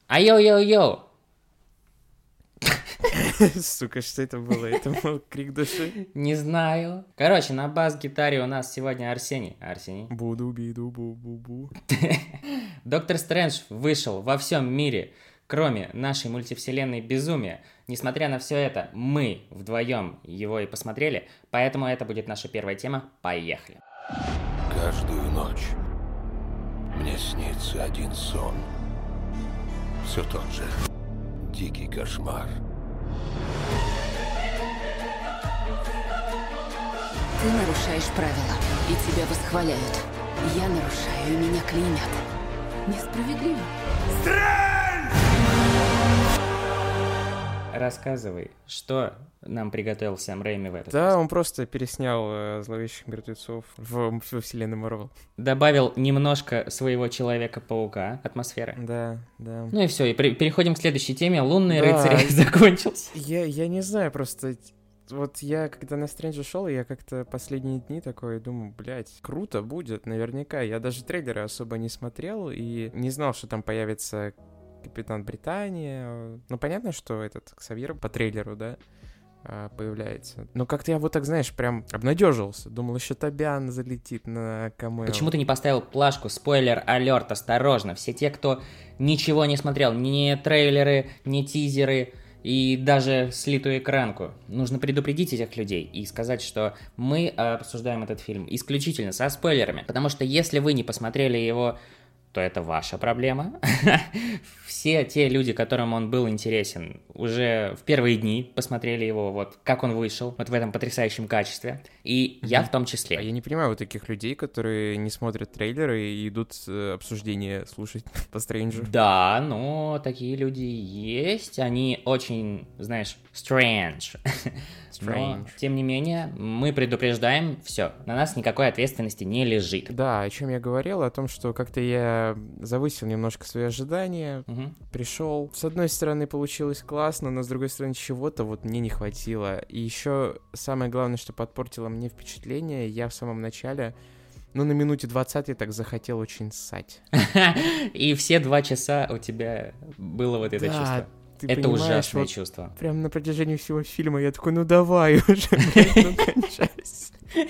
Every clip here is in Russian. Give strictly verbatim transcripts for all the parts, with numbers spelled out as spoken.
А йоу-йоу-йоу! Сука, что это было? Это был крик души? Не знаю. Короче, на бас-гитаре у нас сегодня Арсений. Арсений. Буду-биду-бу-бу-бу. Доктор Стрэндж вышел во всем мире, кроме нашей мультивселенной безумия. Несмотря на все это, мы вдвоем его и посмотрели, поэтому это будет наша первая тема. Поехали. Каждую ночь мне снится один сон. Все тот же дикий кошмар. Ты нарушаешь правила, и тебя восхваляют. Я нарушаю, и меня клеймят. Несправедливо. Рассказывай, что нам приготовил Сэм Рэйми в этот Да, раз. он просто переснял э, «Зловещих мертвецов» в, во вселенной Марвел. Добавил немножко своего Человека-паука, атмосферы. Да, да. Ну и все, и при- переходим к следующей теме. Лунные Да. рыцари закончился. Я, я не знаю, просто... Вот я, когда на Стрэнджа шел, я как-то последние дни такой думаю, блядь, круто будет, наверняка. Я даже трейлеры особо не смотрел и не знал, что там появится Капитан Британия. Ну, понятно, что этот Ксавьер по трейлеру, да, появляется. Но как-то я вот так, знаешь, прям обнадежился. Думал, еще Тобиан залетит на камео. Почему ты не поставил плашку? Спойлер-алерт, осторожно. Все те, кто ничего не смотрел, ни трейлеры, ни тизеры и даже слитую экранку. Нужно предупредить этих людей и сказать, что мы обсуждаем этот фильм исключительно со спойлерами. Потому что если вы не посмотрели его, то это ваша проблема. Все те люди, которым он был интересен, уже в первые дни посмотрели его, вот как он вышел, вот в этом потрясающем качестве. И я в том числе. А я не понимаю вот таких людей, которые не смотрят трейлеры и идут э, обсуждение слушать по Стрэнджу. Да, но такие люди есть, они очень, знаешь, strange. Но, Strange. тем не менее, мы предупреждаем, все, на нас никакой ответственности не лежит. Да, о чем я говорил, о том, что как-то я завысил немножко свои ожидания, Мгм. пришел. С одной стороны, получилось классно, но с другой стороны, чего-то вот мне не хватило. И еще самое главное, что подпортило мне впечатление, я в самом начале, ну, на минуте двадцатой так захотел очень ссать. И все два часа у тебя было вот это Да, чувство. ты Это понимаешь, ужасное вот чувство. прям на протяжении всего фильма я такой, ну давай уже, блядь, ну кончайся.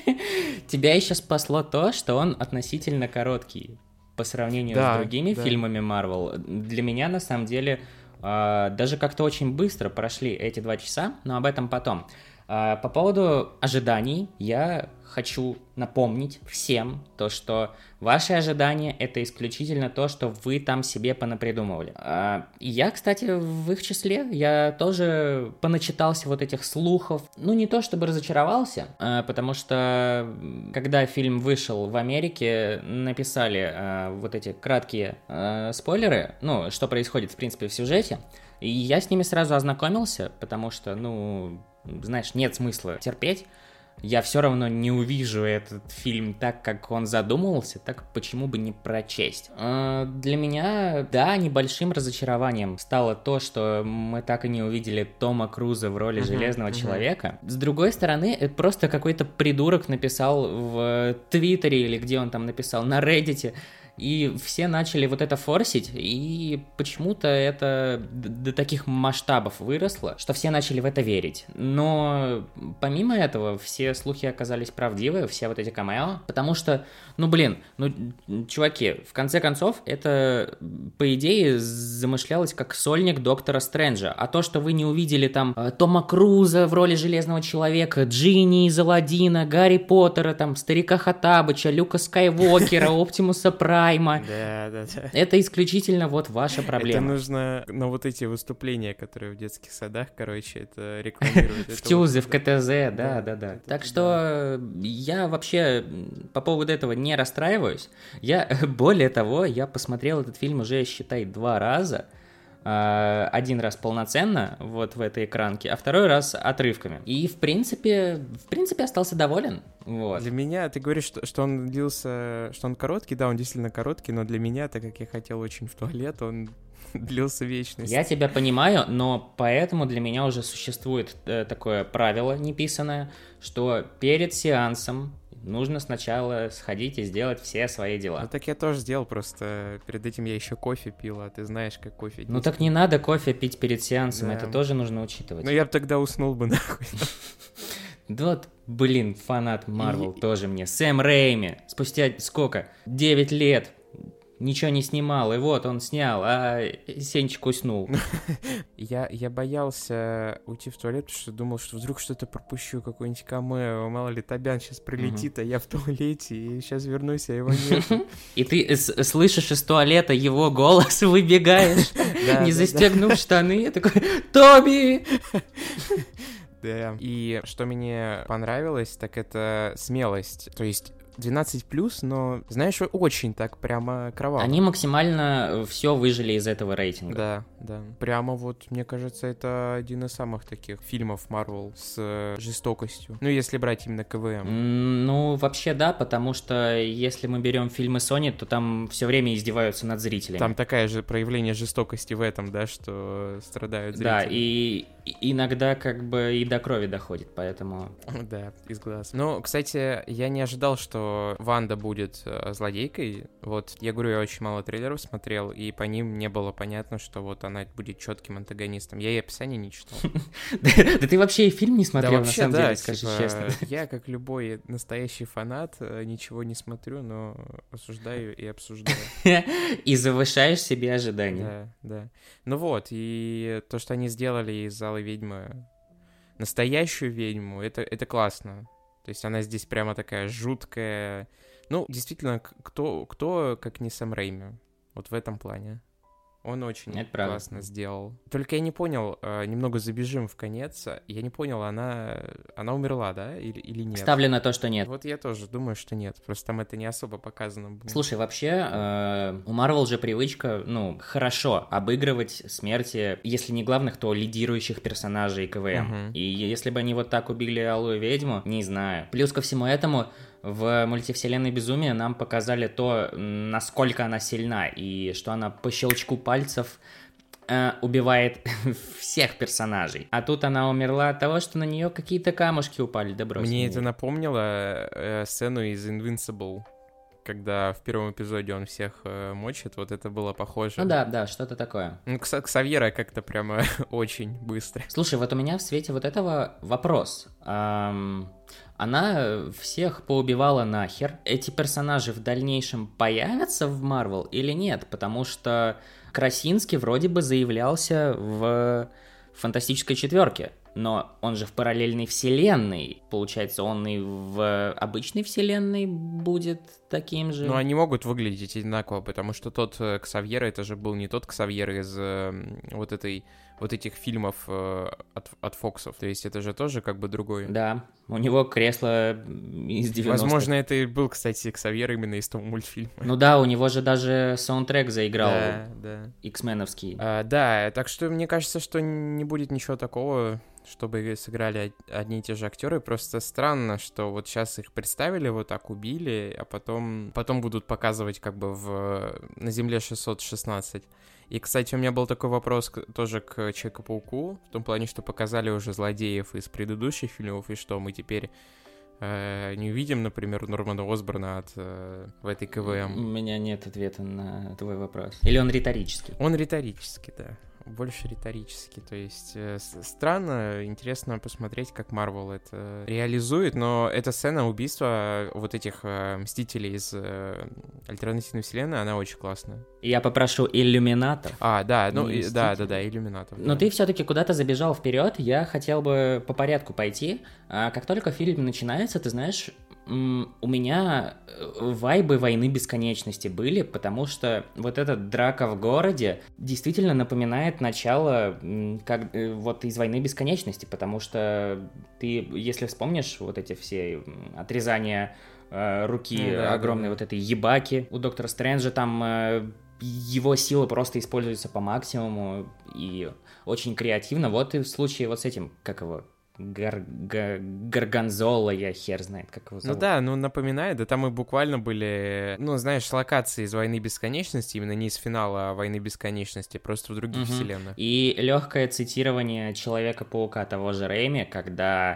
Тебя еще спасло то, что он относительно короткий по сравнению Да, с другими да. фильмами Marvel. Для меня, на самом деле, а, даже как-то очень быстро прошли эти два часа, но об этом потом. А, По поводу ожиданий я хочу напомнить всем то, что ваши ожидания — это исключительно то, что вы там себе понапридумывали. А, и я, кстати, в их числе, я тоже поначитался вот этих слухов. Ну, не то чтобы разочаровался, а, потому что м, когда фильм вышел в Америке, написали а, вот эти краткие а, спойлеры, ну, что происходит, в принципе, в сюжете, и я с ними сразу ознакомился, потому что, ну, знаешь, нет смысла терпеть. Я все равно не увижу этот фильм так, как он задумывался, так почему бы не прочесть? Э, Для меня, да, небольшим разочарованием стало то, что мы так и не увидели Тома Круза в роли Мгм, Железного мгм. Человека. С другой стороны, это просто какой-то придурок написал в Твиттере или где он там написал, на Reddit. И все начали вот это форсить, и почему-то это д- до таких масштабов выросло, что все начали в это верить. Но помимо этого, все слухи оказались правдивы, все вот эти камео, потому что, ну блин, ну чуваки, в конце концов, это, по идее, замышлялось как сольник Доктора Стрэнджа, а то, что вы не увидели там э, Тома Круза в роли Железного Человека, Джинни из Аладдина, Гарри Поттера, там, Старика Хоттабыча, Люка Скайуокера, Оптимуса Прайма, Да, да, да. это исключительно вот ваша Это проблема. нужно на вот эти выступления, которые в детских садах, короче, это рекламировать. В Это ТЮЗы, вот- в КТЗ, да, Да, да, да. это Так да. что я вообще м, по поводу этого не расстраиваюсь. Я, более того, я посмотрел этот фильм уже, считай, два раза. А, Один раз полноценно, вот в этой экранке, а второй раз отрывками. И, в принципе, в принципе, остался доволен. Вот. Для меня, ты говоришь, что, что он длился, что он короткий, да, он действительно короткий, но для меня, так как я хотел очень в туалет, он длился вечность. Я тебя понимаю, но поэтому для меня уже существует э, такое правило неписанное, что перед сеансом нужно сначала сходить и сделать все свои дела. Ну так я тоже сделал, просто перед этим я еще кофе пил, а ты знаешь, как кофе. Ну так не надо кофе пить перед сеансом, Да. это тоже нужно учитывать. Ну я бы тогда уснул бы, нахуй. Да вот, блин, фанат Марвел тоже мне. Сэм Рэйми, спустя сколько? девять лет. Ничего не снимал, и вот он снял, а Сенчик уснул. Я, я боялся уйти в туалет, потому что думал, что вдруг что-то пропущу, какой-нибудь камео, мало ли, Тобян сейчас прилетит, а я в туалете, и сейчас вернусь, а его нет. И ты с- слышишь из туалета его голос, выбегаешь, не застегнув штаны, я такой: «Тоби!» Да. И что мне понравилось, так это смелость. То есть двенадцать плюс, но, знаешь, очень так прямо кроваво. Они максимально все выжили из этого рейтинга. Да, да. Прямо вот, мне кажется, это один из самых таких фильмов Marvel с э, жестокостью. Ну, если брать именно КВМ. М, Ну, вообще да, потому что если мы берем фильмы Sony, то там все время издеваются над зрителями. Там такое же проявление жестокости в этом, да, что страдают зрители. Да, и и иногда как бы и до крови доходит, поэтому... Да, из глаз. Ну, кстати, я не ожидал, что Ванда будет э, злодейкой. Вот, я говорю, я очень мало трейлеров смотрел, и по ним не было понятно, что вот она будет четким антагонистом. Я и описание не читал. Да ты вообще и фильм не смотрел, на самом деле, скажи типа, честно. Я, как любой настоящий фанат, э, ничего не смотрю, но осуждаю и обсуждаю. И завышаешь себе ожидания. Да, да. Ну вот, и то, что они сделали из Алой ведьмы настоящую ведьму, это, это классно. То есть она здесь прямо такая жуткая. Ну, действительно, к- кто, кто как не Сэм Рэйми, вот в этом плане. Он очень Это правда. классно сделал. Только я не понял, э, немного забежим в конец, я не понял, она, она умерла, да, или, или нет? Ставлю на то, что нет. Вот я тоже думаю, что нет, просто там это не особо показано было. Слушай, вообще, э, у Marvel же привычка, ну, хорошо обыгрывать смерти, если не главных, то лидирующих персонажей КВМ. Мгм. И если бы они вот так убили Алую ведьму, не знаю. Плюс ко всему этому, в мультивселенной Безумия нам показали то, насколько она сильна, и что она по щелчку пальцев э, убивает всех персонажей. А тут она умерла от того, что на нее какие-то камушки упали, да брось. Мне меня. это напомнило э, сцену из Invincible, когда в первом эпизоде он всех э, мочит, вот это было похоже. Ну да, да, что-то такое. Ну, Кса- Ксавьера как-то прямо очень быстро. Слушай, вот у меня в свете вот этого вопрос. Ам, Она всех поубивала нахер. Эти персонажи в дальнейшем появятся в Marvel или нет? Потому что Красинский вроде бы заявлялся в Фантастической четверке. Но он же в параллельной вселенной. Получается, он и в обычной вселенной будет таким же. Но они могут выглядеть одинаково, потому что тот э, Ксавьер, это же был не тот Ксавьер из э, вот этой вот этих фильмов э, от, от Фоксов. То есть это же тоже как бы другой. Да, у него кресло из девяностых. Возможно, это и был, кстати, Ксавьер именно из того мультфильма. Ну да, у него же даже саундтрек заиграл Да, да. икс-меновский. А, да, так что мне кажется, что не будет ничего такого, чтобы сыграли одни и те же актеры. Просто странно, что вот сейчас их представили, вот так убили, а потом, потом будут показывать как бы в, на Земле шестьсот шестнадцать. И, кстати, у меня был такой вопрос к- тоже к Человеку-пауку, в том плане, что показали уже злодеев из предыдущих фильмов, и что мы теперь э, не увидим, например, Нормана Осборна от, э, в этой У КВМ. меня нет ответа на твой вопрос. Или он риторический? Он риторический, да. Больше риторический. То есть э, с- странно, интересно посмотреть, как Марвел это реализует, но эта сцена убийства вот этих э, Мстителей из э, альтернативной вселенной, она очень классная. Я попрошу иллюминатов. А, да, ну, Не и- да, Мстители. да, да, иллюминатов. Но да. ты все-таки куда-то забежал вперед, я хотел бы по порядку пойти. А как только фильм начинается, ты знаешь, м, у меня э, вайбы «Войны бесконечности» были, потому что вот эта драка в городе действительно напоминает начало м, как, э, вот из «Войны бесконечности», потому что ты, если вспомнишь вот эти все м, отрезания э, руки Ну да, огромной да, да. вот этой ебаки, у Доктора Стрэнджа там э, его силы просто используются по максимуму и очень креативно. Вот и в случае вот с этим, как его, Гар... Га- Гарганзола, я хер знает, как его Ну зовут. да, ну напоминает, да там и буквально были, ну знаешь, локации из «Войны бесконечности», именно не из финала «Войны бесконечности», просто в других Мгм. вселенных. И легкое цитирование Человека-паука того же Рэйми, когда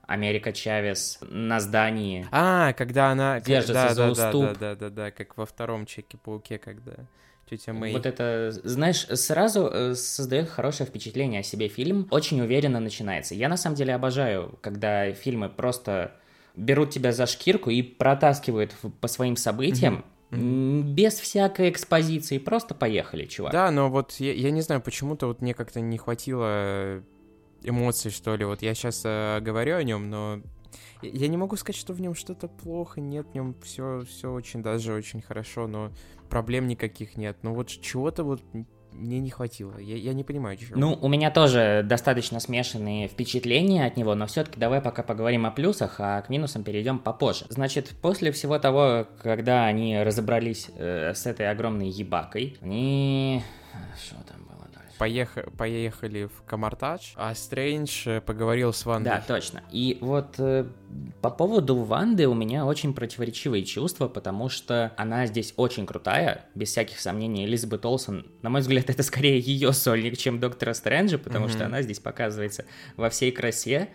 Америка Чавес на здании. А, когда она... Держится да, за да, уступ. Да, да, да, да, да, как во втором Человеке-пауке, когда тетя Мэй... Вот это, знаешь, сразу создает хорошее впечатление о себе фильм. Очень уверенно начинается. Я на самом деле обожаю, когда фильмы просто берут тебя за шкирку и протаскивают по своим событиям, mm-hmm. без всякой экспозиции. Просто поехали, чувак. Да, но вот я, я не знаю, почему-то вот мне как-то не хватило эмоций, что ли. Вот я сейчас э, говорю о нем, но я не могу сказать, что в нем что-то плохо. Нет, в нем все, все очень, даже очень хорошо, но проблем никаких нет. Но вот чего-то вот мне не хватило. Я, я не понимаю, чего. Ну, у меня тоже достаточно смешанные впечатления от него, но все-таки давай пока поговорим о плюсах, а к минусам перейдем попозже. Значит, после всего того, когда они разобрались э, с этой огромной ебакой, они... Что там было дальше? Поех... Поехали в Камар-Тадж, а Стрэндж поговорил с Вандой. Да, точно. И вот э, по поводу Ванды у меня очень противоречивые чувства, потому что она здесь очень крутая, без всяких сомнений. Элизабет Олсен, на мой взгляд, это скорее ее сольник, чем Доктора Стрэнджа, потому mm-hmm. что она здесь показывается во всей красе.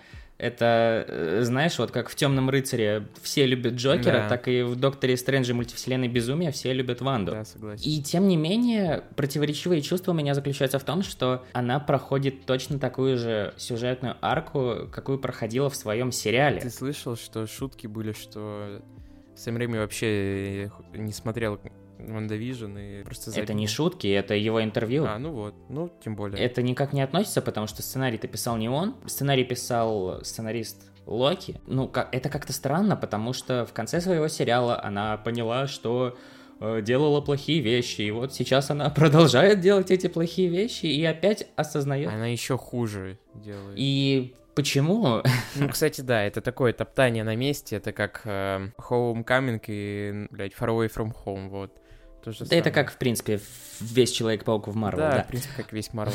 Это, знаешь, вот как в «Темном рыцаре» все любят Джокера, да. так и в «Докторе Стрэнджа. Мультивселенной безумия» все любят Ванду. Да, согласен. И тем не менее, противоречивые чувства у меня заключаются в том, что она проходит точно такую же сюжетную арку, какую проходила в своем сериале. Ты слышал, что шутки были, что Сэм Рэйми вообще не смотрел «Вандавижн» и просто забил. Это не шутки, это его интервью. А, ну вот, ну тем более. Это никак не относится, потому что сценарий-то писал не он. Сценарий писал сценарист Локи. Ну, как, это как-то странно, потому что в конце своего сериала она поняла, что э, делала плохие вещи, и вот сейчас она продолжает делать эти плохие вещи и опять осознает. Она еще хуже делает. И... Почему? Ну, кстати, да, это такое топтание на месте, это как э, Homecoming и, блядь, Far Away From Home, вот. То же да самое. Это как, в принципе, весь Человек-паук в Марвел, да. Да, в принципе, как весь Марвел.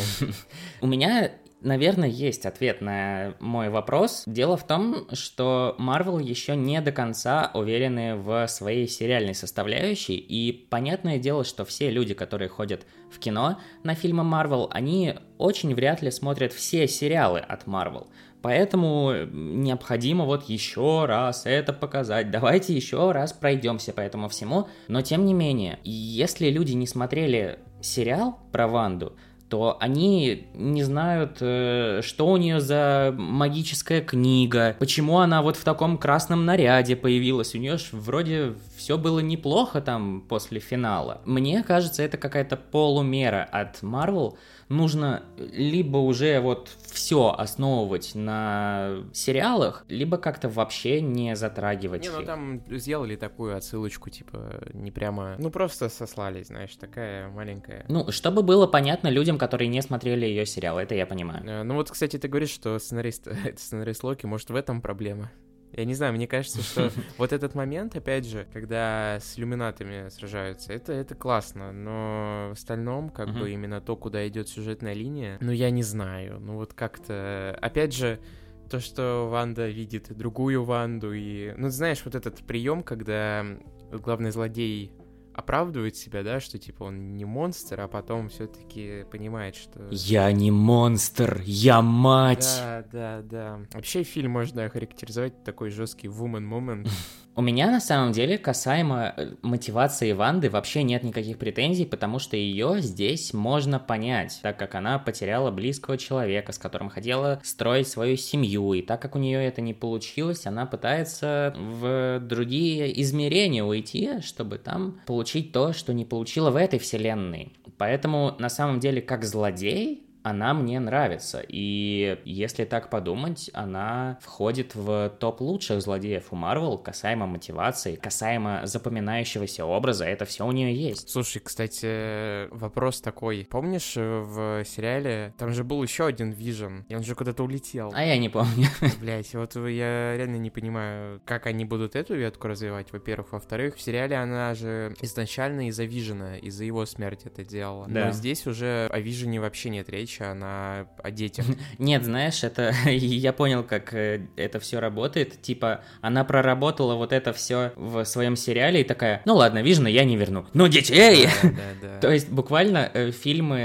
У меня, наверное, есть ответ на мой вопрос. Дело в том, что Марвел еще не до конца уверены в своей сериальной составляющей, и понятное дело, что все люди, которые ходят в кино на фильмы Марвел, они очень вряд ли смотрят все сериалы от Марвел. Поэтому необходимо вот еще раз это показать. Давайте еще раз пройдемся по этому всему. Но тем не менее, если люди не смотрели сериал про Ванду, то они не знают, что у нее за магическая книга, почему она вот в таком красном наряде появилась. У нее ж вроде все было неплохо там после финала. Мне кажется, это какая-то полумера от Marvel. Нужно либо уже вот все основывать на сериалах, либо как-то вообще не затрагивать Не, их. ну там сделали такую отсылочку, типа, не прямо... Ну, просто сослались, знаешь, такая маленькая... Ну, чтобы было понятно людям, которые не смотрели ее сериал, это я понимаю. Ну вот, кстати, ты говоришь, что сценарист, это сценарист Локи, может, в этом проблема? Я не знаю, мне кажется, что вот этот момент, опять же, когда с иллюминатами сражаются, это, это классно, но в остальном, как бы, именно то, куда идет сюжетная линия, ну, я не знаю, ну, вот как-то, опять же, то, что Ванда видит другую Ванду, и, ну, знаешь, вот этот прием, когда главный злодей оправдывает себя, да, что, типа, он не монстр, а потом все-таки понимает, что... Я не монстр, я мать! Да, да, да. Вообще фильм можно охарактеризовать такой жесткий woman moment. У меня, на самом деле, касаемо мотивации Ванды, вообще нет никаких претензий, потому что ее здесь можно понять, так как она потеряла близкого человека, с которым хотела строить свою семью, и так как у нее это не получилось, она пытается в другие измерения уйти, чтобы там получить то, что не получила в этой вселенной. Поэтому, на самом деле, как злодей, она мне нравится, и если так подумать, она входит в топ лучших злодеев у Марвел, касаемо мотивации, касаемо запоминающегося образа, это все у нее есть. Слушай, кстати, вопрос такой, помнишь в сериале, там же был еще один Вижн, и он же куда-то улетел. А я не помню. Блять, вот я реально не понимаю, как они будут эту ветку развивать, во-первых, во-вторых, в сериале она же изначально из-за Вижна, из-за его смерти это делала, да. Но здесь уже о Вижне вообще нет речи, она о детях. Нет, знаешь, это я понял, как это все работает. Типа, она проработала вот это все в своем сериале и такая, ну ладно, Вижна я не верну. Ну, детей! Да, да, да. То есть, буквально фильмы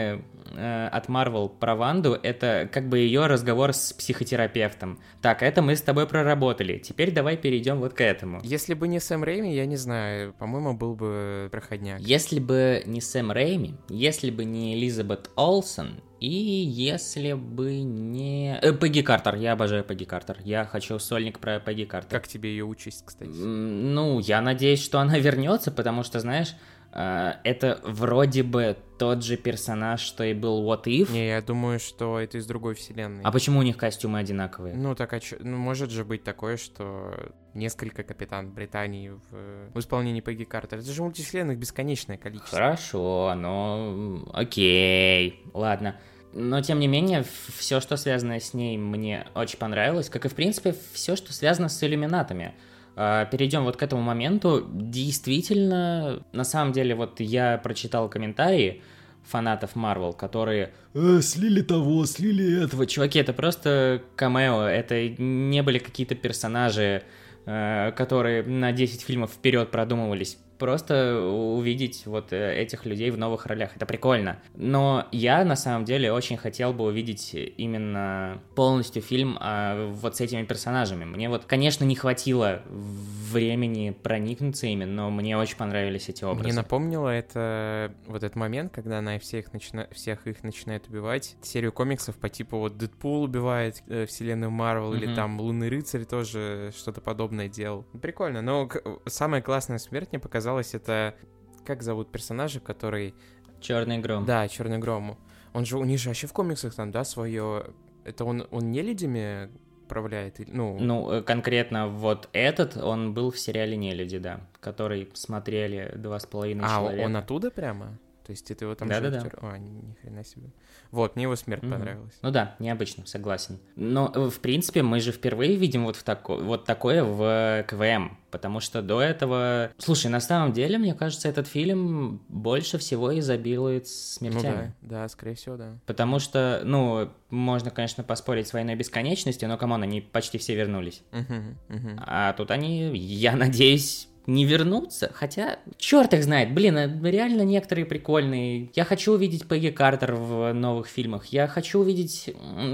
э, от Marvel про Ванду, это как бы ее разговор с психотерапевтом. Так, это мы с тобой проработали, теперь давай перейдем вот к этому. Если бы не Сэм Рэйми, я не знаю, по-моему, был бы проходняк. Если бы не Сэм Рэйми, если бы не Элизабет Олсен, и если бы не... Э, Пегги Картер, я обожаю Пегги Картер. Я хочу сольник про Пегги Картер. Как тебе ее участь, кстати? М, Ну, я надеюсь, что она вернется, потому что, знаешь, э, это вроде бы тот же персонаж, что и был What If. Не, я думаю, что это из другой вселенной. А почему у них костюмы одинаковые? Ну, так, а чё- ну, может же быть такое, что несколько Капитан Британии в, в исполнении Пегги Картер. Это же мультивселенных бесконечное количество. Хорошо, ну, окей, ладно. Но, тем не менее, все, что связано с ней, мне очень понравилось, как и, в принципе, все, что связано с иллюминатами. Перейдем вот к этому моменту. Действительно, на самом деле, вот я прочитал комментарии фанатов Marvel, которые э, слили того, слили этого. Чуваки, это просто камео, это не были какие-то персонажи, э, которые на десять фильмов вперед продумывались. Просто увидеть вот этих людей в новых ролях. Это прикольно. Но я, на самом деле, очень хотел бы увидеть именно полностью фильм а, вот с этими персонажами. Мне вот, конечно, не хватило времени проникнуться ими, но мне очень понравились эти образы. Мне напомнило это вот этот момент, когда она всех, начина... всех их начинает убивать. Серию комиксов по типу вот Дэдпул убивает э, вселенную Марвел, mm-hmm. или там Лунный рыцарь тоже что-то подобное делал. Прикольно, но к... самая классная смерть мне показалась. Это как зовут персонажа, который... Черный гром. Да, Черный гром. Он же, у них же вообще в комиксах там, да, свое... Это он, он не людьми управляет? Ну... ну, конкретно вот этот, он был в сериале «Нелюди», да, который смотрели два с половиной а, человека. А, он оттуда прямо? То есть это его там да, же да, актер... да. А, ни хрена себе. Вот, мне его смерть mm-hmm. понравилась. Ну да, необычно, согласен. Но, в принципе, мы же впервые видим вот, в тако... вот такое в КВМ, потому что до этого... Слушай, на самом деле, мне кажется, этот фильм больше всего изобилует смертями. Ну да, да, скорее всего, да. Потому что, ну, можно, конечно, поспорить с «Войной бесконечности», но, камон, они почти все вернулись. Uh-huh, uh-huh. А тут они, я надеюсь... не вернуться, хотя черт их знает, блин, реально некоторые прикольные. Я хочу увидеть Пегги Картер в новых фильмах, я хочу увидеть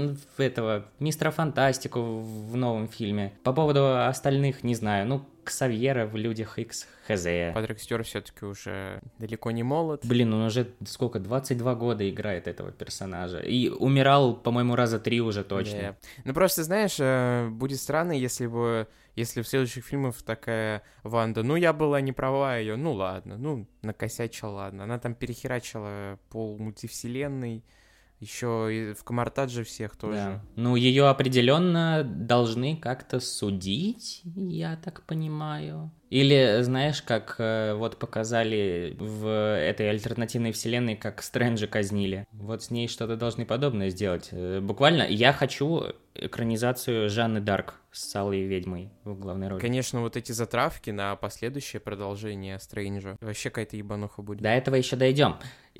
этого Мистера Фантастику в новом фильме. По поводу остальных, не знаю, ну, Ксавьера в Людях Икс, хз. Патрик Стюарт все-таки уже далеко не молод. Блин, он уже сколько, двадцать два года играет этого персонажа. И умирал, по-моему, раза три уже точно. Yeah. Ну просто, знаешь, будет странно, если бы если в следующих фильмах такая Ванда, ну я была не права ее, ну ладно, ну накосячила, ладно. Она там перехерачила пол мультивселенной, еще и в Камартадже всех тоже. Да. Ну, ее определенно должны как-то судить, я так понимаю. Или, знаешь, как э, вот показали в этой альтернативной вселенной, как Стрэнджа казнили. Вот с ней что-то должны подобное сделать. Э, буквально, я хочу экранизацию Жанны Дарк с Алой Ведьмой в главной роли. Конечно, вот эти затравки на последующее продолжение Стрэнджа. Вообще какая-то ебануха будет. До этого еще дойдем.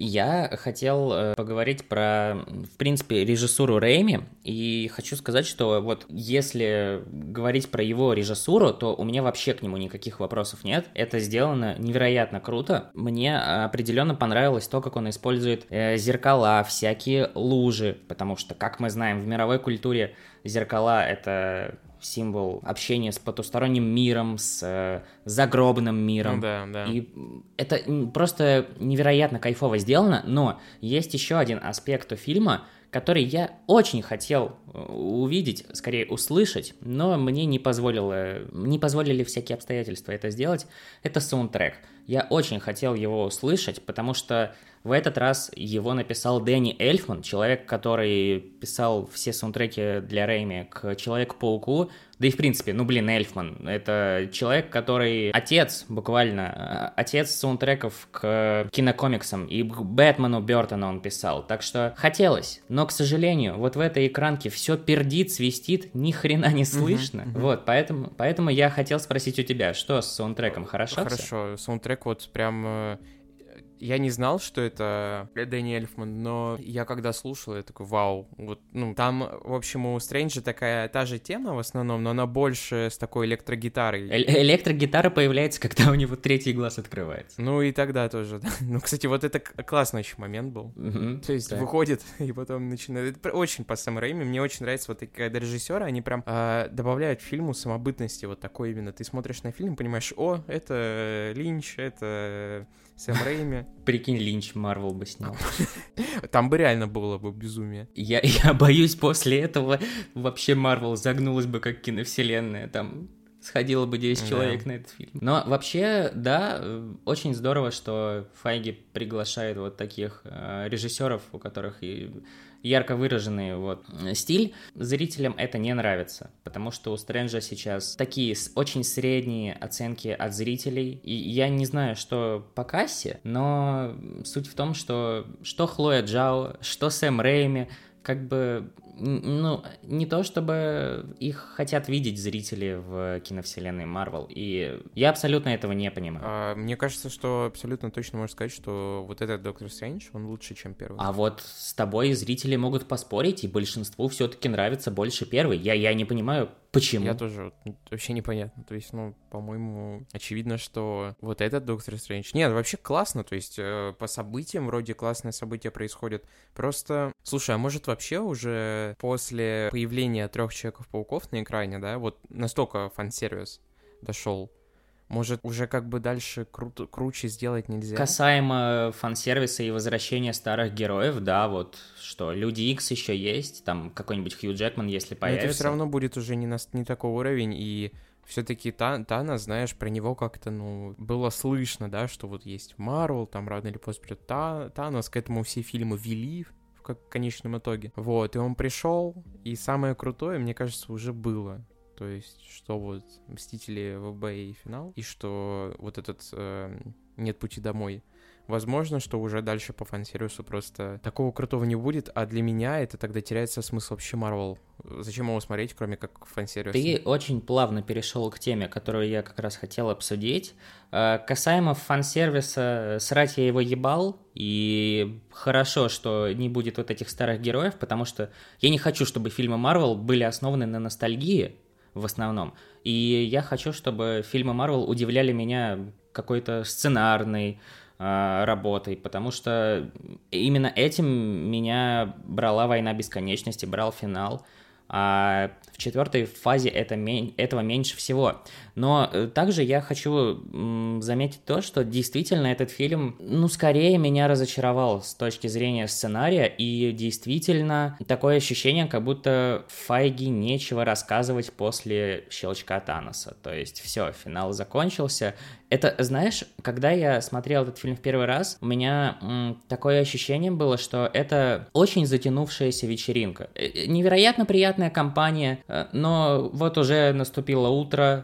Я хотел э, поговорить про, в принципе, режиссуру Рэйми, и хочу сказать, что вот если говорить про его режиссуру, то у меня вообще к нему никаких вопросов нет. Это сделано невероятно круто. Мне определенно понравилось то, как он использует э, зеркала, всякие лужи, потому что, как мы знаем, в мировой культуре зеркала — это символ общения с потусторонним миром, с э, загробным миром. Ну да, да. И это просто невероятно кайфово сделано, но есть еще один аспект у фильма, который я очень хотел увидеть, скорее услышать, но мне не позволило, не позволили всякие обстоятельства это сделать. Это саундтрек. Я очень хотел его услышать, потому что в этот раз его написал Дэнни Эльфман, человек, который писал все саундтреки для Рэйми к Человеку-пауку. Да и в принципе, ну блин, Эльфман — это человек, который отец, буквально, отец саундтреков к кинокомиксам, и к Бэтмену Бёртона он писал. Так что хотелось, но, к сожалению, вот в этой экранке все пердит, свистит, ни хрена не слышно. Uh-huh, uh-huh. Вот, поэтому, поэтому я хотел спросить у тебя, что с саундтреком, хорошо Хорошо, все? Саундтрек вот прям... Я не знал, что это Дэнни Эльфман, но я когда слушал, я такой, вау. Вот, ну, там, в общем, у Стрэнджа такая та же тема в основном, но она больше с такой электрогитарой. Э- электрогитара появляется, когда у него третий глаз открывается. Ну и тогда тоже, да. Ну, кстати, вот это классный еще момент был. Mm-hmm, То есть да. выходит и потом начинает... Это очень по Сэм Рэйми. Мне очень нравится вот когда режиссеры, они прям э, добавляют фильму самобытности вот такой именно. Ты смотришь на фильм, понимаешь, о, это Линч, это Сэм Рэйми. Прикинь, Линч Марвел бы снял. Там бы реально было бы безумие. Я, я боюсь, после этого вообще Марвел загнулась бы как киновселенная, там сходило бы десять Да. человек на этот фильм. Но вообще, да, очень здорово, что Файги приглашает вот таких э, режиссеров, у которых и ярко выраженный вот стиль. Зрителям это не нравится, потому что у Стрэнджа сейчас такие с- очень средние оценки от зрителей. И я не знаю, что по кассе, но суть в том, что что Хлоя Джао, что Сэм Рэйми, как бы, ну, не то чтобы их хотят видеть зрители в киновселенной Марвел, и я абсолютно этого не понимаю. А, мне кажется, что абсолютно точно можно сказать, что вот этот Доктор Стрэндж, он лучше, чем первый. А вот с тобой зрители могут поспорить, и большинству все-таки нравится больше первый. Я, я не понимаю, почему. Я тоже вот, вообще непонятно. То есть, ну, по-моему, очевидно, что вот этот Доктор Стрэндж... Нет, вообще классно. То есть, э, по событиям вроде классные события происходят. Просто, слушай, а может вообще уже после появления трех Человеков-пауков на экране, да, вот настолько фан-сервис дошел, может, уже как бы дальше кру- круче сделать нельзя? Касаемо фан-сервиса и возвращения старых героев, да, вот что, Люди Икс еще есть, там какой-нибудь Хью Джекман, если Но появится. это все равно будет уже не, на, не такой уровень, и все-таки Та, Танос, знаешь, про него как-то, ну, было слышно, да, что вот есть Марвел, там рано или поздно придет Та, Танос, к этому все фильмы вели в как- конечном итоге. Вот, и он пришел, и самое крутое, мне кажется, уже было. То есть, что вот Мстители ВБ и финал, и что вот этот э, Нет пути домой. Возможно, что уже дальше по фан-сервису просто такого крутого не будет, а для меня это тогда теряется смысл вообще Марвел. Зачем его смотреть, кроме как фан-сервиса? Ты очень плавно перешел к теме, которую я как раз хотел обсудить. Э, Касаемо фан-сервиса, срать я его ебал, и хорошо, что не будет вот этих старых героев, потому что я не хочу, чтобы фильмы Марвел были основаны на ностальгии в основном, и я хочу, чтобы фильмы Марвел удивляли меня какой-то сценарной э, работой, потому что именно этим меня брала «Война бесконечности», брал финал, а в четвертой фазе это мен... этого меньше всего. Но также я хочу м, заметить то, что действительно этот фильм, ну, скорее меня разочаровал с точки зрения сценария, и действительно такое ощущение, как будто Файги нечего рассказывать после щелчка Таноса. То есть все, финал закончился. Это, знаешь, когда я смотрел этот фильм в первый раз, у меня м, такое ощущение было, что это очень затянувшаяся вечеринка. Невероятно приятная компания, но вот уже наступило утро,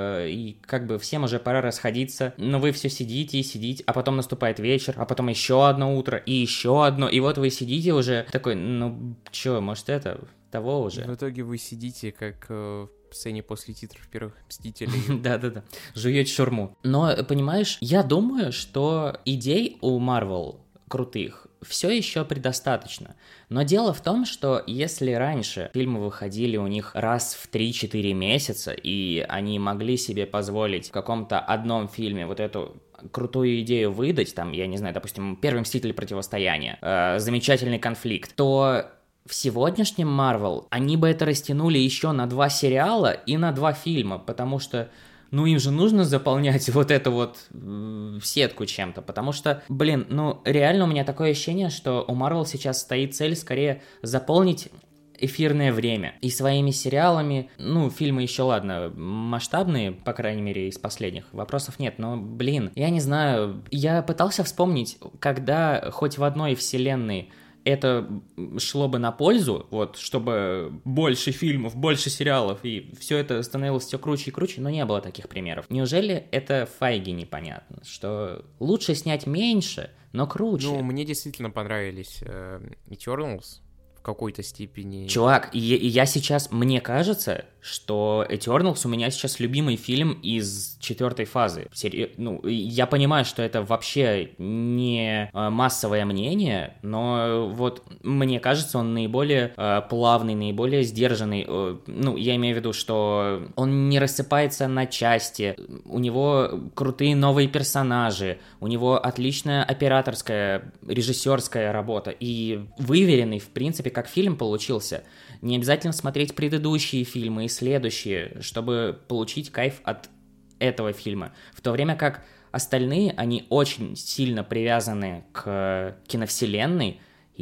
и как бы всем уже пора расходиться, но вы все сидите и сидите, а потом наступает вечер, а потом еще одно утро, и еще одно, и вот вы сидите уже такой, ну, чё, может это, того уже. В итоге вы сидите как... в сцене после титров первых Мстителей. Да-да-да, жуете шаурму. Но, понимаешь, я думаю, что идей у Marvel крутых все еще предостаточно. Но дело в том, что если раньше фильмы выходили у них раз в три-четыре месяца, и они могли себе позволить в каком-то одном фильме вот эту крутую идею выдать, там, я не знаю, допустим, «Первый Мститель. Противостояние», э, замечательный конфликт, то в сегодняшнем Marvel они бы это растянули еще на два сериала и на два фильма, потому что, ну, им же нужно заполнять вот эту вот э, сетку чем-то, потому что, блин, ну, реально у меня такое ощущение, что у Marvel сейчас стоит цель скорее заполнить эфирное время. И своими сериалами, ну, фильмы еще, ладно, масштабные, по крайней мере, из последних, вопросов нет, но, блин, я не знаю, я пытался вспомнить, когда хоть в одной вселенной это шло бы на пользу, вот, чтобы больше фильмов, больше сериалов, и все это становилось все круче и круче, но не было таких примеров. Неужели это Файги непонятно, что лучше снять меньше, но круче? Ну, мне действительно понравились э, Eternals в какой-то степени. Чувак, и, и я сейчас, мне кажется, что Eternals у меня сейчас любимый фильм из четвертой фазы. Сери... Ну, я понимаю, что это вообще не массовое мнение, но вот мне кажется, он наиболее э, плавный, наиболее сдержанный. Э, ну, я имею в виду, что он не рассыпается на части, у него крутые новые персонажи, у него отличная операторская, режиссерская работа, и выверенный, в принципе, как фильм получился. Не обязательно смотреть предыдущие фильмы и следующие, чтобы получить кайф от этого фильма. В то время как остальные, они очень сильно привязаны к киновселенной,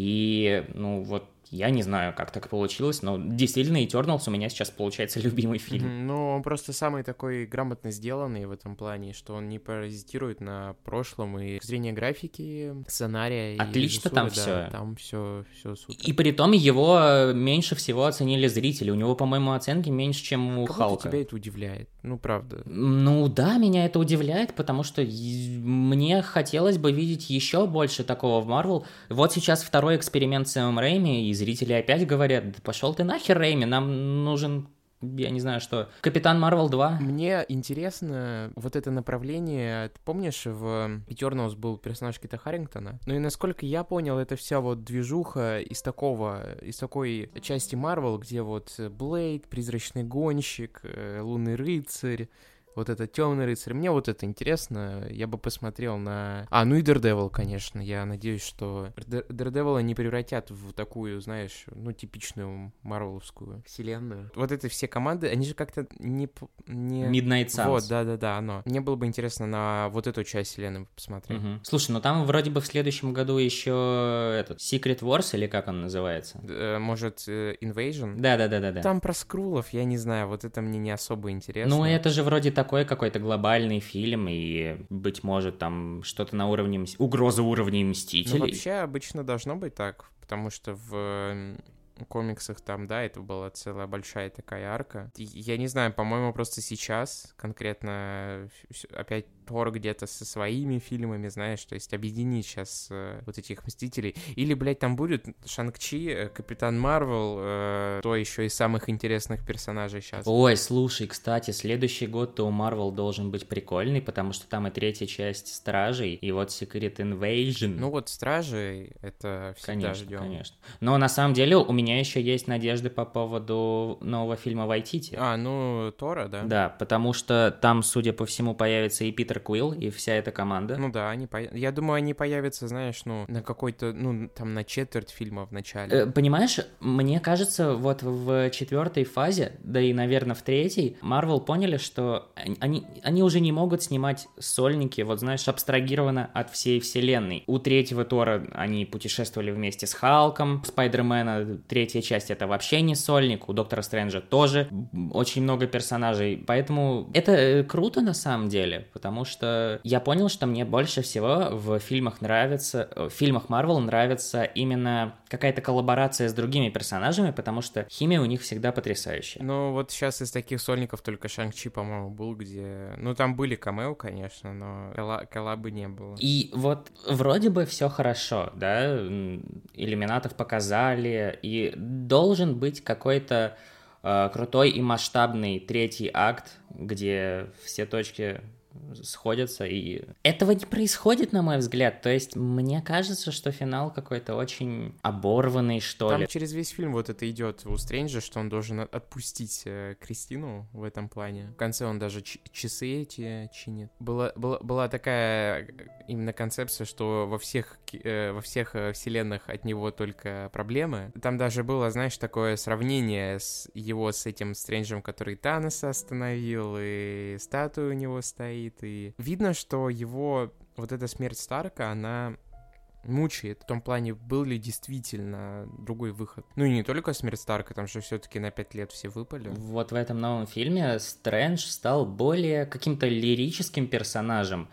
и, ну, вот, я не знаю, как так получилось, но действительно Eternals у меня сейчас получается любимый фильм. Mm-hmm. Ну, он просто самый такой грамотно сделанный в этом плане, что он не паразитирует на прошлом, и с зрения графики, сценария. Отлично и там да, все. Там все, все супер. И при том его меньше всего оценили зрители. У него, по-моему, оценки меньше, чем у как Халка. Тебя это удивляет? Ну, правда. Ну да, меня это удивляет, потому что мне хотелось бы видеть еще больше такого в Марвел. Вот сейчас второй эксперимент с Сэмом Рэйми, и зрители опять говорят: да пошел ты нахер, Рэйми, нам нужен, я не знаю что, Капитан Марвел два. Мне интересно вот это направление. Ты помнишь, в Eternals был персонаж Кита Харингтона? Ну и насколько я понял, это вся вот движуха из такого, из такой части Марвел, где вот Блейд, Призрачный гонщик, Лунный рыцарь, вот это Темный рыцарь. Мне вот это интересно. Я бы посмотрел на... А, ну и Daredevil, конечно. Я надеюсь, что Daredevil не превратят в такую, знаешь, ну, типичную марвеловскую вселенную. Вот это все команды, они же как-то не... не... Midnight Suns. Вот, да-да-да, оно. Мне было бы интересно на вот эту часть вселенной посмотреть. Угу. Слушай, ну там вроде бы в следующем году еще этот Secret Wars, или как он называется? Э, может, Invasion? Да-да-да-да. Там про скрулов, я не знаю, вот это мне не особо интересно. Ну, это же вроде такой какой-то глобальный фильм, и, быть может, там что-то на уровне... Мс... Угроза уровней Мстителей. Ну, вообще, обычно должно быть так, потому что в комиксах там, да, это была целая большая такая арка. Я не знаю, по-моему, просто сейчас конкретно опять Тор где-то со своими фильмами, знаешь, то есть объединить сейчас э, вот этих Мстителей. Или, блядь, там будет Шанг-Чи, э, Капитан Марвел, э, то еще из самых интересных персонажей сейчас. Ой, слушай, кстати, следующий год-то у Марвел должен быть прикольный, потому что там и третья часть Стражей, и вот Secret Invasion. Ну вот Стражи, это всегда конечно, ждем. Конечно, но на самом деле у меня еще есть надежды по поводу нового фильма Вайтити. А, ну, Тора, да? Да, потому что там, судя по всему, появится и Питер Квилл, и вся эта команда. Ну да, они по... я думаю, они появятся, знаешь, ну, на какой-то, ну, там, на четверть фильма в начале. Э, понимаешь, мне кажется, вот в четвертой фазе, да и, наверное, в третьей, Марвел поняли, что они, они уже не могут снимать сольники, вот, знаешь, абстрагированно от всей вселенной. У третьего Тора они путешествовали вместе с Халком, Спайдермена, третья часть — это вообще не сольник, у Доктора Стрэнджа тоже очень много персонажей, поэтому это круто на самом деле, потому что я понял, что мне больше всего в фильмах нравится, в фильмах Марвел нравится именно какая-то коллаборация с другими персонажами, потому что химия у них всегда потрясающая. Ну вот сейчас из таких сольников только Шанг-Чи, по-моему, был, где... Ну там были камео, конечно, но колла- коллабы не было. И вот вроде бы все хорошо, да, Иллюминатов показали, и должен быть какой-то э, крутой и масштабный третий акт, где все точки сходятся, и этого не происходит, на мой взгляд. То есть мне кажется, что финал какой-то очень оборванный, что Там ли. через весь фильм вот это идет у Стрэнджа, что он должен отпустить э, Кристину в этом плане. В конце он даже ч- часы эти чинит. Была, была, была такая именно концепция, что во всех, э, во всех вселенных от него только проблемы. Там даже было, знаешь, такое сравнение с его с этим Стрэнджем, который Таноса остановил, и статуя у него стоит. И видно, что его вот эта смерть Старка, она мучает. В том плане, был ли действительно другой выход. Ну и не только смерть Старка, там же все-таки на пять лет все выпали. Вот в этом новом фильме Стрэндж стал более каким-то лирическим персонажем.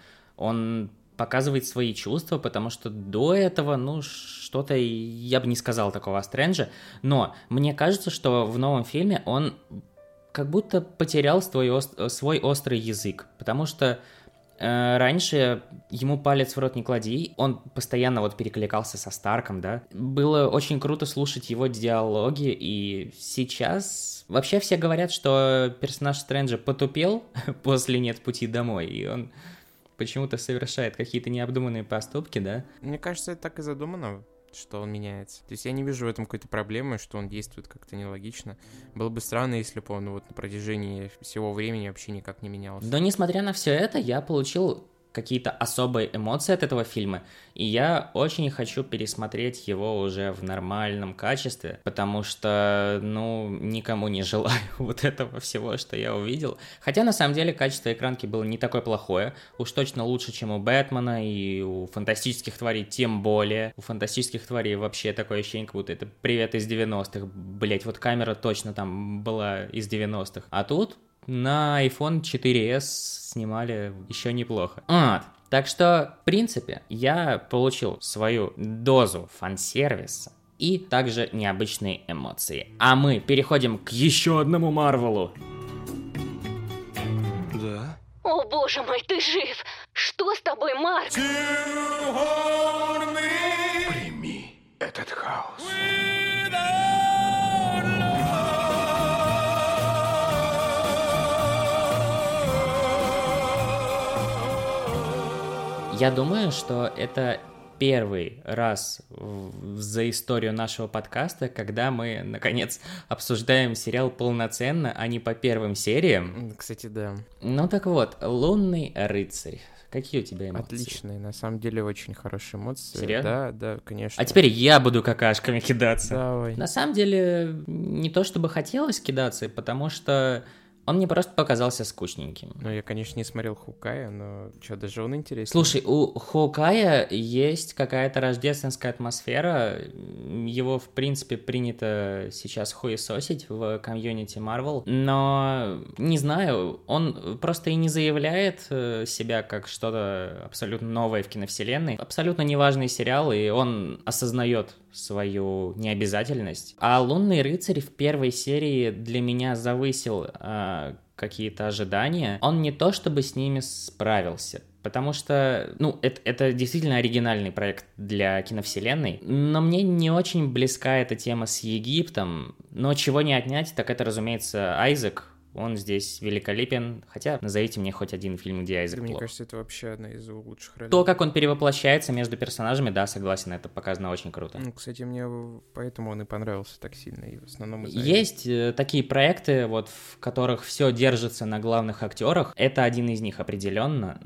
Он показывает свои чувства, потому что до этого, ну, что-то я бы не сказал такого о Стрэндже. Но мне кажется, что в новом фильме он как будто потерял свой, ост- свой острый язык, потому что э, раньше ему палец в рот не клади, он постоянно вот перекликался со Старком, да. Было очень круто слушать его диалоги, и сейчас вообще все говорят, что персонаж Стрэнджа потупел после «Нет пути домой», и он почему-то совершает какие-то необдуманные поступки, да. Мне кажется, это так и задумано, что он меняется. То есть я не вижу в этом какой-то проблемы, что он действует как-то нелогично. Было бы странно, если бы он вот на протяжении всего времени вообще никак не менялся. Но несмотря на все это, я получил какие-то особые эмоции от этого фильма, и я очень хочу пересмотреть его уже в нормальном качестве, потому что, ну, никому не желаю вот этого всего, что я увидел. Хотя, на самом деле, качество экранки было не такое плохое, уж точно лучше, чем у Бэтмена, и у фантастических тварей тем более. У фантастических тварей вообще такое ощущение, как будто это привет из девяностых. Блять, вот камера точно там была из девяностых. А тут на iPhone четыре эс снимали еще неплохо. Вот. Так что, в принципе, я получил свою дозу фан-сервиса и также необычные эмоции. А мы переходим к еще одному Марвелу. Да? О боже мой, ты жив! Что с тобой, Марк? Прими этот хаос. Я думаю, что это первый раз в- за историю нашего подкаста, когда мы, наконец, обсуждаем сериал полноценно, а не по первым сериям. М, Кстати, да. Ну так вот, «Лунный рыцарь». Какие у тебя эмоции? Отличные, на самом деле очень хорошие эмоции. Серьезно? Да, да, конечно. А теперь я буду какашками кидаться. Давай. На самом деле, не то чтобы хотелось кидаться, потому что он мне просто показался скучненьким. Ну, я, конечно, не смотрел Хукая, но что, даже он интересный. Слушай, у Хоукая есть какая-то рождественская атмосфера, его, в принципе, принято сейчас хуесосить в комьюнити Marvel, но, не знаю, он просто и не заявляет э, себя как что-то абсолютно новое в киновселенной. Абсолютно неважный сериал, и он осознает свою необязательность. А «Лунный рыцарь» в первой серии для меня завысил э, какие-то ожидания. Он не то чтобы с ними справился, потому что, ну, это, это действительно оригинальный проект для киновселенной, но мне не очень близка эта тема с Египтом, но чего не отнять, так это, разумеется, Айзек. Он здесь великолепен, хотя назовите мне хоть один фильм, где Айзек Мне плох. кажется, это вообще одна из его лучших ролей. То, как он перевоплощается между персонажами, да, согласен, это показано очень круто. Ну, кстати, мне поэтому он и понравился так сильно, и в основном из-за Есть э, такие проекты, вот, в которых все держится на главных актерах. Это один из них определенно,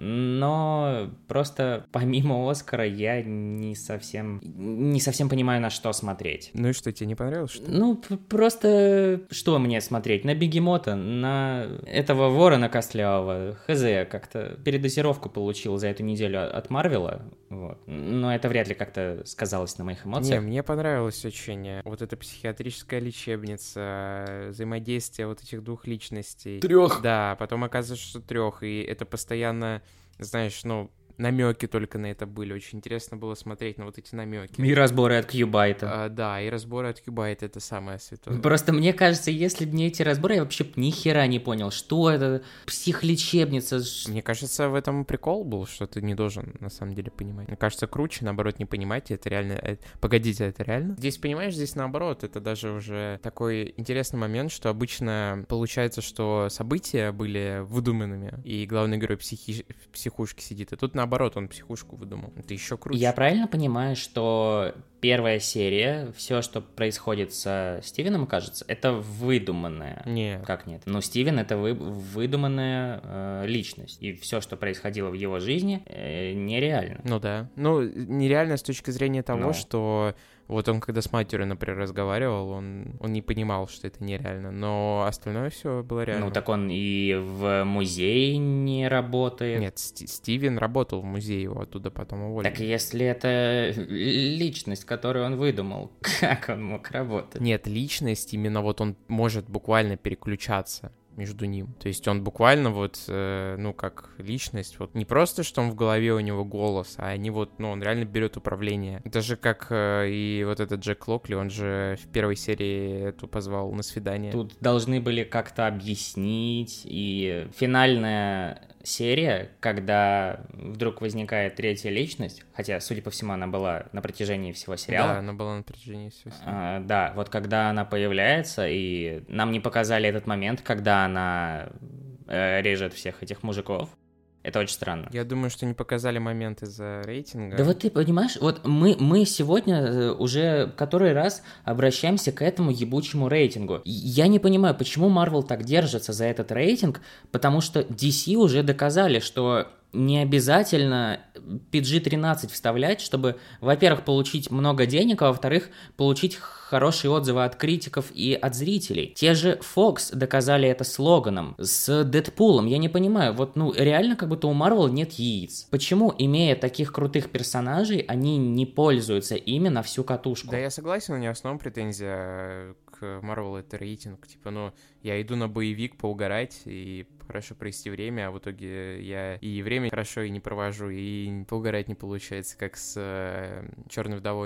но просто помимо Оскара я не совсем не совсем понимаю, на что смотреть. Ну и что, тебе не понравилось, что ли? Ну, п- просто что мне смотреть? На Бегемота, на этого ворона костлявого. Хз, как-то передозировку получил за эту неделю от Марвела, вот. Но это вряд ли как-то сказалось на моих Не, эмоциях. мне понравилось очень э, вот эта психиатрическая лечебница, э, взаимодействие вот этих двух личностей. Трех. Да, потом оказывается, что трех, и это постоянно, знаешь, ну, намеки только на это были. Очень интересно было смотреть на вот эти намеки. И разборы от Кьюбайта. А, да, и разборы от Кьюбайта — это самое святое. Просто мне кажется, если бы не эти разборы, я вообще б ни хера не понял, что это психлечебница. ш- Мне кажется, в этом прикол был, что ты не должен на самом деле понимать. Мне кажется, круче, наоборот, не понимать, это реально... э, Погодите, это реально? Здесь, понимаешь, здесь наоборот, это даже уже такой интересный момент, что обычно получается, что события были выдуманными, и главный герой психи... в психушке сидит, и тут наоборот, он психушку выдумал. Это еще круче. Я правильно понимаю, что первая серия, все, что происходит со Стивеном, кажется, это выдуманное? Нет. Как нет? Ну, Стивен — это вы, выдуманная э, личность, и все, что происходило в его жизни, э, нереально. Ну да. Ну, нереально с точки зрения того, Ну. что вот он, когда с матерью, например, разговаривал, он, он не понимал, что это нереально, но остальное все было реально. Ну, так он и в музее не работает. Нет, Сти- Стивен работал в музее, его оттуда потом уволили. Так если это личность, которую он выдумал, как он мог работать? Нет, личность, именно вот он может буквально переключаться между ним. То есть он буквально вот, э, ну, как личность, вот не просто, что он в голове у него голос, а они вот, ну, он реально берет управление. Это же как э, и вот этот Джек Локли, он же в первой серии эту позвал на свидание. Тут должны были как-то объяснить, и финальная серия, когда вдруг возникает третья личность, хотя, судя по всему, она была на протяжении всего сериала. Да, она была на протяжении всего сериала. А, да, вот когда она появляется, и нам не показали этот момент, когда она э, режет всех этих мужиков. Это очень странно. Я думаю, что не показали момент из-за рейтинга. Да вот ты понимаешь, вот мы, мы сегодня уже который раз обращаемся к этому ебучему рейтингу. Я не понимаю, почему Marvel так держится за этот рейтинг, потому что ди си уже доказали, что не обязательно пи джи тринадцать вставлять, чтобы, во-первых, получить много денег, а во-вторых, получить хорошие отзывы от критиков и от зрителей. Те же Fox доказали это слоганом, с Дэдпулом. Я не понимаю, вот, ну, реально как будто у Marvel нет яиц. Почему, имея таких крутых персонажей, они не пользуются ими на всю катушку? Да, я согласен, у меня в основном претензия к Marvel — это рейтинг. Типа, ну, я иду на боевик поугарать и хорошо провести время, а в итоге я и время хорошо и не провожу, и поугарать не получается, как с э, Черной вдовой.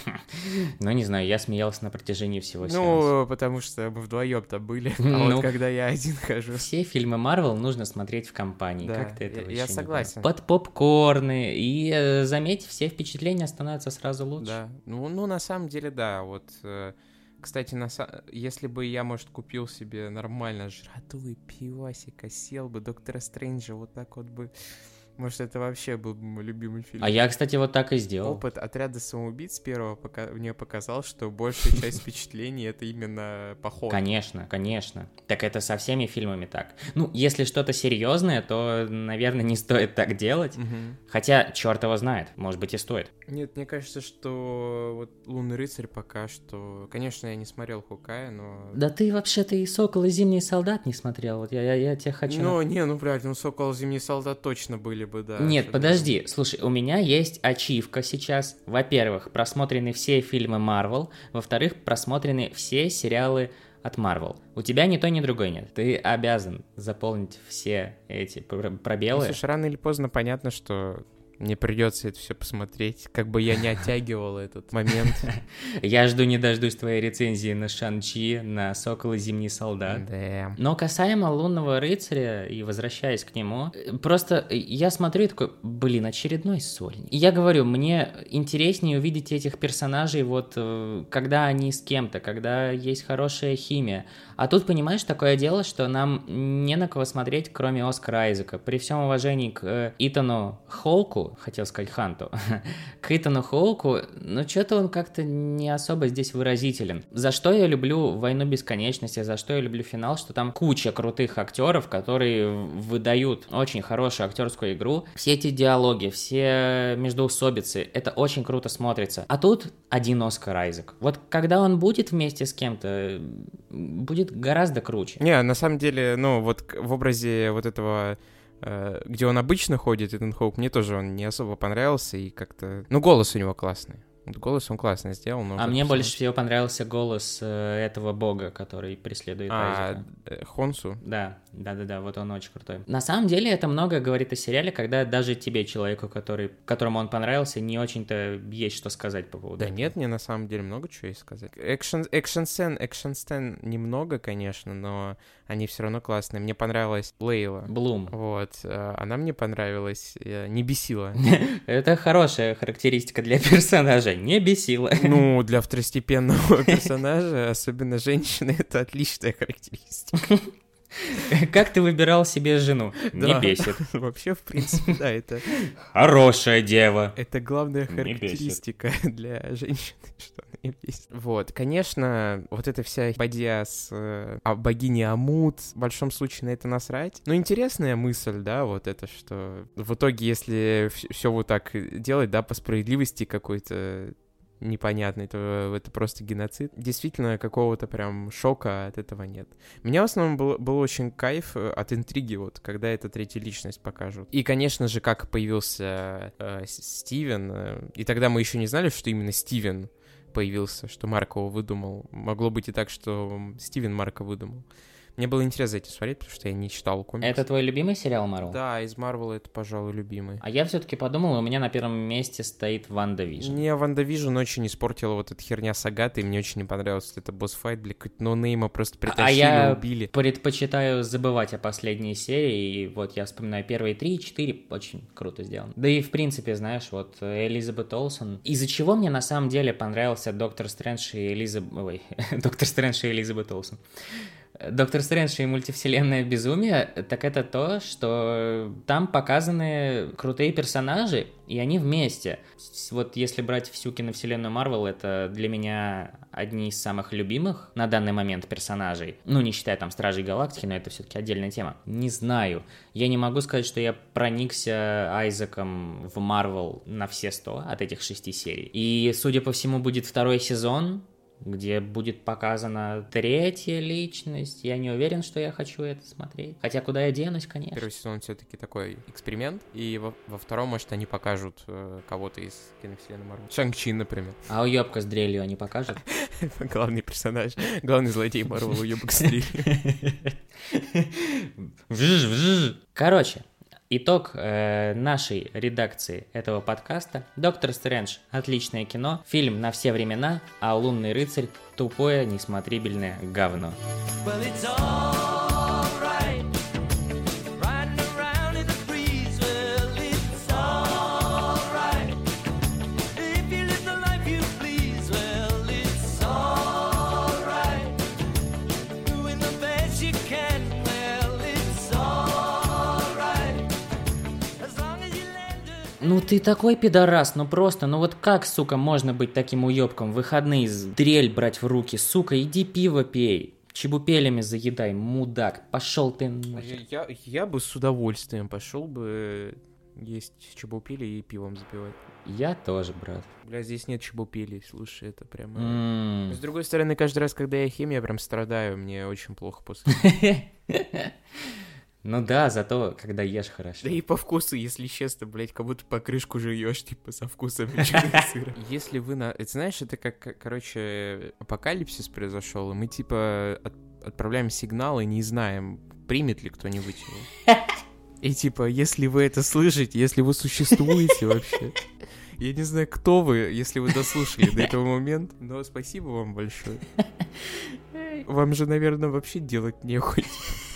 Ну, не знаю, я смеялся на протяжении всего сеанса. Ну, потому что мы вдвоем-то были, а вот когда я один хожу... Все фильмы Marvel нужно смотреть в компании, как ты это вообще? Я согласен. Под попкорны, и, заметь, все впечатления становятся сразу лучше. Да, ну, ну на самом деле, да, вот... Кстати, на са... если бы я, может, купил себе нормально жратвы, пивасика, сел бы Доктора Стрэнджа, вот так вот бы... Может, это вообще был бы мой любимый фильм. А я, кстати, вот так и сделал. Опыт «Отряда самоубийц» первого пока... мне показал, что большая часть впечатлений — это именно поход. Конечно, конечно. Так это со всеми фильмами так. Ну, если что-то серьезное, то, наверное, не стоит так делать. Угу. Хотя, черт его знает, может быть и стоит. Нет, мне кажется, что вот «Лунный рыцарь» пока что... Конечно, я не смотрел «Хоккая», но... Да ты вообще-то и «Сокол», и «Зимний солдат» не смотрел. Вот я, я, я тебя хочу... Ну, не, ну, блядь, ну «Сокол», «Зимний солдат» точно были бы, да. Нет, особенно... подожди, слушай, у меня есть ачивка сейчас. Во-первых, просмотрены все фильмы Marvel. Во-вторых, просмотрены все сериалы от Marvel. У тебя ни то, ни другой нет. Ты обязан заполнить все эти пробелы. Ну, слушай, рано или поздно понятно, что... Мне придется это все посмотреть, как бы я не оттягивал этот момент. Я жду не дождусь твоей рецензии на Шан-Чи, на «Сокол» и «Зимний солдат». Да. Но касаемо «Лунного рыцаря» и возвращаясь к нему, просто я смотрю и такой, блин, очередной сольник. И я говорю, мне интереснее увидеть этих персонажей вот когда они с кем-то, когда есть хорошая химия. А тут, понимаешь, такое дело, что нам не на кого смотреть, кроме Оскара Айзека. При всем уважении к Итану Хоуку, хотел сказать Ханту, к Итану Хоуку, но что-то он как-то не особо здесь выразителен. За что я люблю «Войну бесконечности», за что я люблю «Финал», что там куча крутых актеров, которые выдают очень хорошую актерскую игру. Все эти диалоги, все междоусобицы, это очень круто смотрится. А тут один Оскар Айзек. Вот когда он будет вместе с кем-то, будет гораздо круче. Не, на самом деле, ну, вот в образе вот этого, э, где он обычно ходит, Итан Хоук, мне тоже он не особо понравился, и как-то... Ну, голос у него классный. Вот голос он классно сделал, но... А мне больше всего понравился голос э, этого бога, который преследует а, Айзека. А, Хонсу? Да, да-да-да, вот он очень крутой. На самом деле это много говорит о сериале, когда даже тебе, человеку, который, которому он понравился, не очень-то есть что сказать по поводу. Да нет, мне на самом деле много чего есть сказать. Экшн, экшн-сцен, экшн-сцен немного, конечно, но они все равно классные. Мне понравилась Лейла. Блум. Вот, она мне понравилась, не бесила. Это хорошая характеристика для персонажа. Не бесила. Ну, для второстепенного персонажа, особенно женщины, это отличная характеристика. Как ты выбирал себе жену? Да. Не бесит. Вообще, в принципе, да, это... Хорошая дева. Это главная характеристика для женщины, что она не бесит. Вот, конечно, вот эта вся бадья с э, богиней Амут, в большом случае на это насрать. Но интересная мысль, да, вот это, что в итоге, если все вот так делать, да, по справедливости какой-то непонятный, то это просто геноцид. Действительно, какого-то прям шока от этого нет. Меня в основном был, был очень кайф от интриги, вот, когда эта третья личность покажут. И, конечно же, как появился э, Стивен, э, и тогда мы еще не знали, что именно Стивен появился, что Марк его выдумал. Могло быть и так, что Стивен Марка выдумал. Мне было интересно эти смотреть, потому что я не читал комиксы. Это твой любимый сериал Марвел? Да, из Марвела это, пожалуй, любимый. А я все-таки подумал, у меня на первом месте стоит Ванда Вижн. Мне Ванда Вижн очень испортила вот эта херня с Агатой, и мне очень не понравилось это босс-файт, бля, какой-то ноунейма просто притащили, а я убили. предпочитаю забывать о последней серии, и вот я вспоминаю первые три и четыре, очень круто сделано. Да и в принципе, знаешь, вот Элизабет Олсен, из-за чего мне на самом деле понравился Доктор Стрэндж и Элизабет... Ой, Доктор Стрэндж и Элизабет Олсен. Доктор Стрэндж и мультивселенная безумие, так это то, что там показаны крутые персонажи, и они вместе. Вот если брать всю киновселенную Марвел, это для меня одни из самых любимых на данный момент персонажей. Ну, не считая там Стражей Галактики, но это все-таки отдельная тема. Не знаю. Я не могу сказать, что я проникся Айзеком в Марвел на все сто от этих шести серий. И, судя по всему, будет второй сезон, где будет показана третья личность. Я не уверен, что я хочу это смотреть. Хотя куда я денусь, конечно. Первый сезон все-таки такой эксперимент, и во, во втором, может, они покажут э, кого-то из киновселенной Марвел. Шанг-Чи, например. А уёбка с дрелью они покажут? Главный персонаж, главный злодей Марвел, уёбок с дрелью. Короче, итог э, нашей редакции этого подкаста. Доктор Стрэндж – отличное кино, фильм на все времена, а Лунный рыцарь – тупое, несмотрибельное говно. Ну ты такой пидорас, ну просто, ну вот как, сука, можно быть таким уёбком, в выходные дрель брать в руки, сука, иди пиво пей, чебупелями заедай, мудак, пошел ты нахер. Я, я бы с удовольствием пошел бы есть чебупели и пивом запивать. Я тоже, брат. Бля, здесь нет чебупелей, слушай, это прям... Mm. С другой стороны, каждый раз, когда я хим, я прям страдаю, мне очень плохо после. Ну да, зато когда ешь хорошо. Да и по вкусу, если честно, блять, как будто покрышку жуешь, типа, со вкусом ветчины сыра. Если вы на... Это, знаешь, это как, короче, апокалипсис произошел, и мы, типа, от... отправляем сигналы, не знаем, примет ли кто-нибудь его. И, типа, если вы это слышите, если вы существуете вообще... Я не знаю, кто вы, если вы дослушали до этого момента, но спасибо вам большое. Вам же, наверное, вообще делать нехуй.